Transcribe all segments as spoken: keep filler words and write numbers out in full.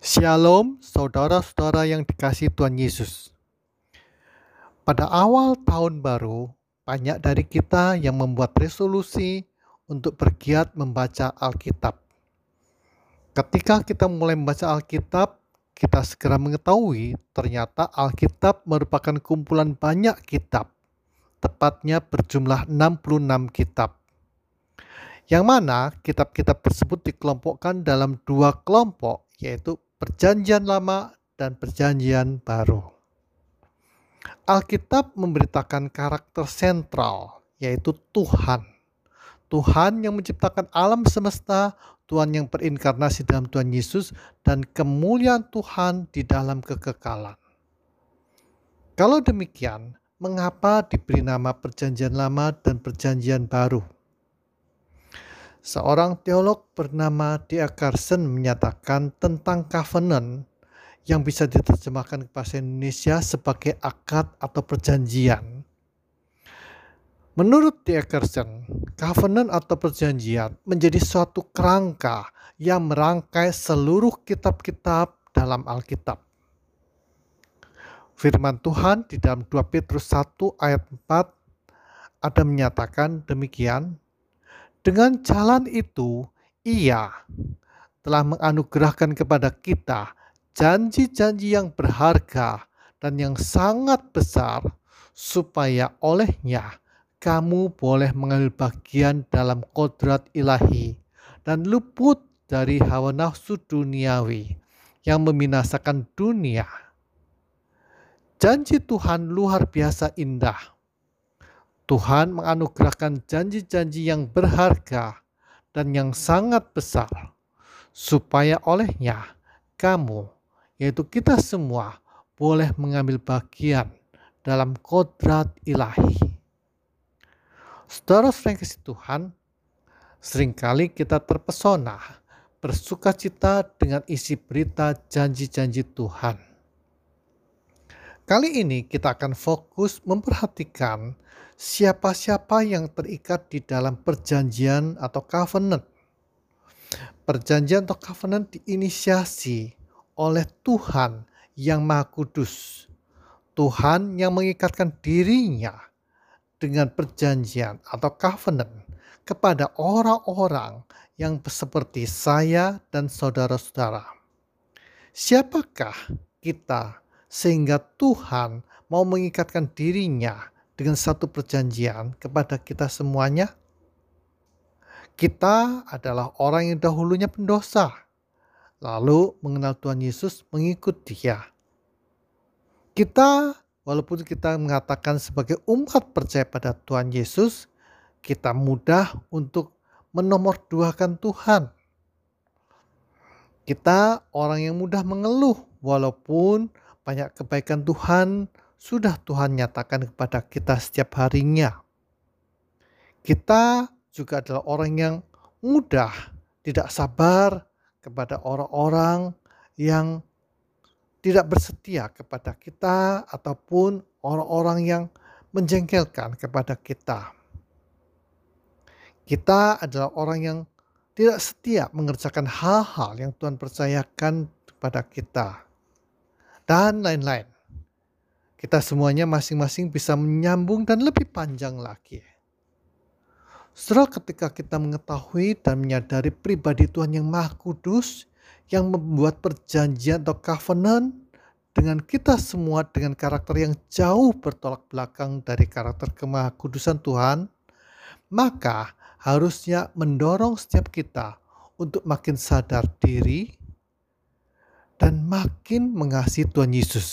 Shalom, saudara-saudara yang dikasihi Tuhan Yesus. Pada awal tahun baru, banyak dari kita yang membuat resolusi untuk bergiat membaca Alkitab. Ketika kita mulai membaca Alkitab, kita segera mengetahui ternyata Alkitab merupakan kumpulan banyak kitab, tepatnya berjumlah enam puluh enam kitab. Yang mana kitab-kitab tersebut dikelompokkan dalam dua kelompok, yaitu Perjanjian Lama dan Perjanjian Baru. Alkitab memberitakan karakter sentral, yaitu Tuhan. Tuhan yang menciptakan alam semesta, Tuhan yang berinkarnasi dalam Tuhan Yesus, dan kemuliaan Tuhan di dalam kekekalan. Kalau demikian, mengapa diberi nama Perjanjian Lama dan Perjanjian Baru? Seorang teolog bernama D A Carson menyatakan tentang covenant yang bisa diterjemahkan ke bahasa Indonesia sebagai akad atau perjanjian. Menurut D A Carson, covenant atau perjanjian menjadi suatu kerangka yang merangkai seluruh kitab-kitab dalam Alkitab. Firman Tuhan di dalam dua Petrus satu ayat empat ada menyatakan demikian, dengan jalan itu Ia telah menganugerahkan kepada kita janji-janji yang berharga dan yang sangat besar, supaya olehnya kamu boleh mengambil bagian dalam kodrat ilahi dan luput dari hawa nafsu duniawi yang membinasakan dunia. Janji Tuhan luar biasa indah. Tuhan menganugerahkan janji-janji yang berharga dan yang sangat besar, supaya olehnya kamu, yaitu kita semua, boleh mengambil bagian dalam kodrat ilahi. Saudara-saudara yang kasih Tuhan, seringkali kita terpesona, bersukacita dengan isi berita janji-janji Tuhan. Kali ini kita akan fokus memperhatikan siapa-siapa yang terikat di dalam perjanjian atau covenant. Perjanjian atau covenant diinisiasi oleh Tuhan yang Maha Kudus. Tuhan yang mengikatkan dirinya dengan perjanjian atau covenant kepada orang-orang yang seperti saya dan saudara-saudara. Siapakah kita sehingga Tuhan mau mengikatkan dirinya dengan satu perjanjian kepada kita semuanya? Kita adalah orang yang dahulunya pendosa, lalu mengenal Tuhan Yesus, mengikut Dia. Kita, walaupun kita mengatakan sebagai umat percaya pada Tuhan Yesus, kita mudah untuk menomorduakan Tuhan. Kita orang yang mudah mengeluh, walaupun banyak kebaikan Tuhan sudah Tuhan nyatakan kepada kita setiap harinya. Kita juga adalah orang yang mudah tidak sabar kepada orang-orang yang tidak bersetia kepada kita ataupun orang-orang yang menjengkelkan kepada kita. Kita adalah orang yang tidak setia mengerjakan hal-hal yang Tuhan percayakan kepada kita. Dan lain-lain. Kita semuanya masing-masing bisa menyambung dan lebih panjang lagi. Setelah ketika kita mengetahui dan menyadari pribadi Tuhan yang Maha Kudus, yang membuat perjanjian atau covenant dengan kita semua dengan karakter yang jauh bertolak belakang dari karakter kemahakudusan Tuhan, maka harusnya mendorong setiap kita untuk makin sadar diri dan makin mengasihi Tuhan Yesus.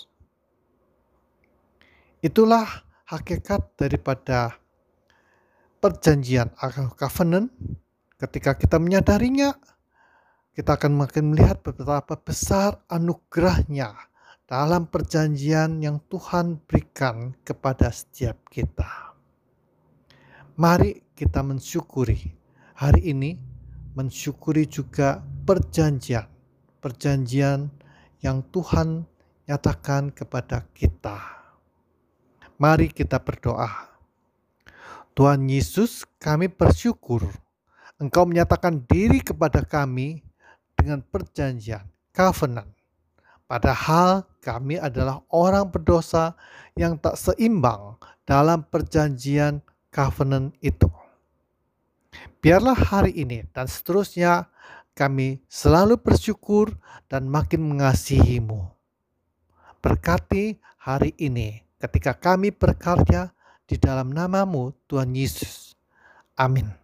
Itulah hakikat daripada perjanjian atau covenant. Ketika kita menyadarinya, kita akan makin melihat betapa besar anugerahnya dalam perjanjian yang Tuhan berikan kepada setiap kita. Mari kita mensyukuri hari ini, mensyukuri juga perjanjian perjanjian yang Tuhan nyatakan kepada kita. Mari kita berdoa. Tuhan Yesus, kami bersyukur Engkau menyatakan diri kepada kami dengan perjanjian. covenant. Padahal kami adalah orang berdosa yang tak seimbang dalam perjanjian covenant itu. Biarlah hari ini dan seterusnya kami selalu bersyukur dan makin mengasihi-Mu. Berkati hari ini ketika kami berkarya di dalam nama-Mu, Tuhan Yesus. Amin.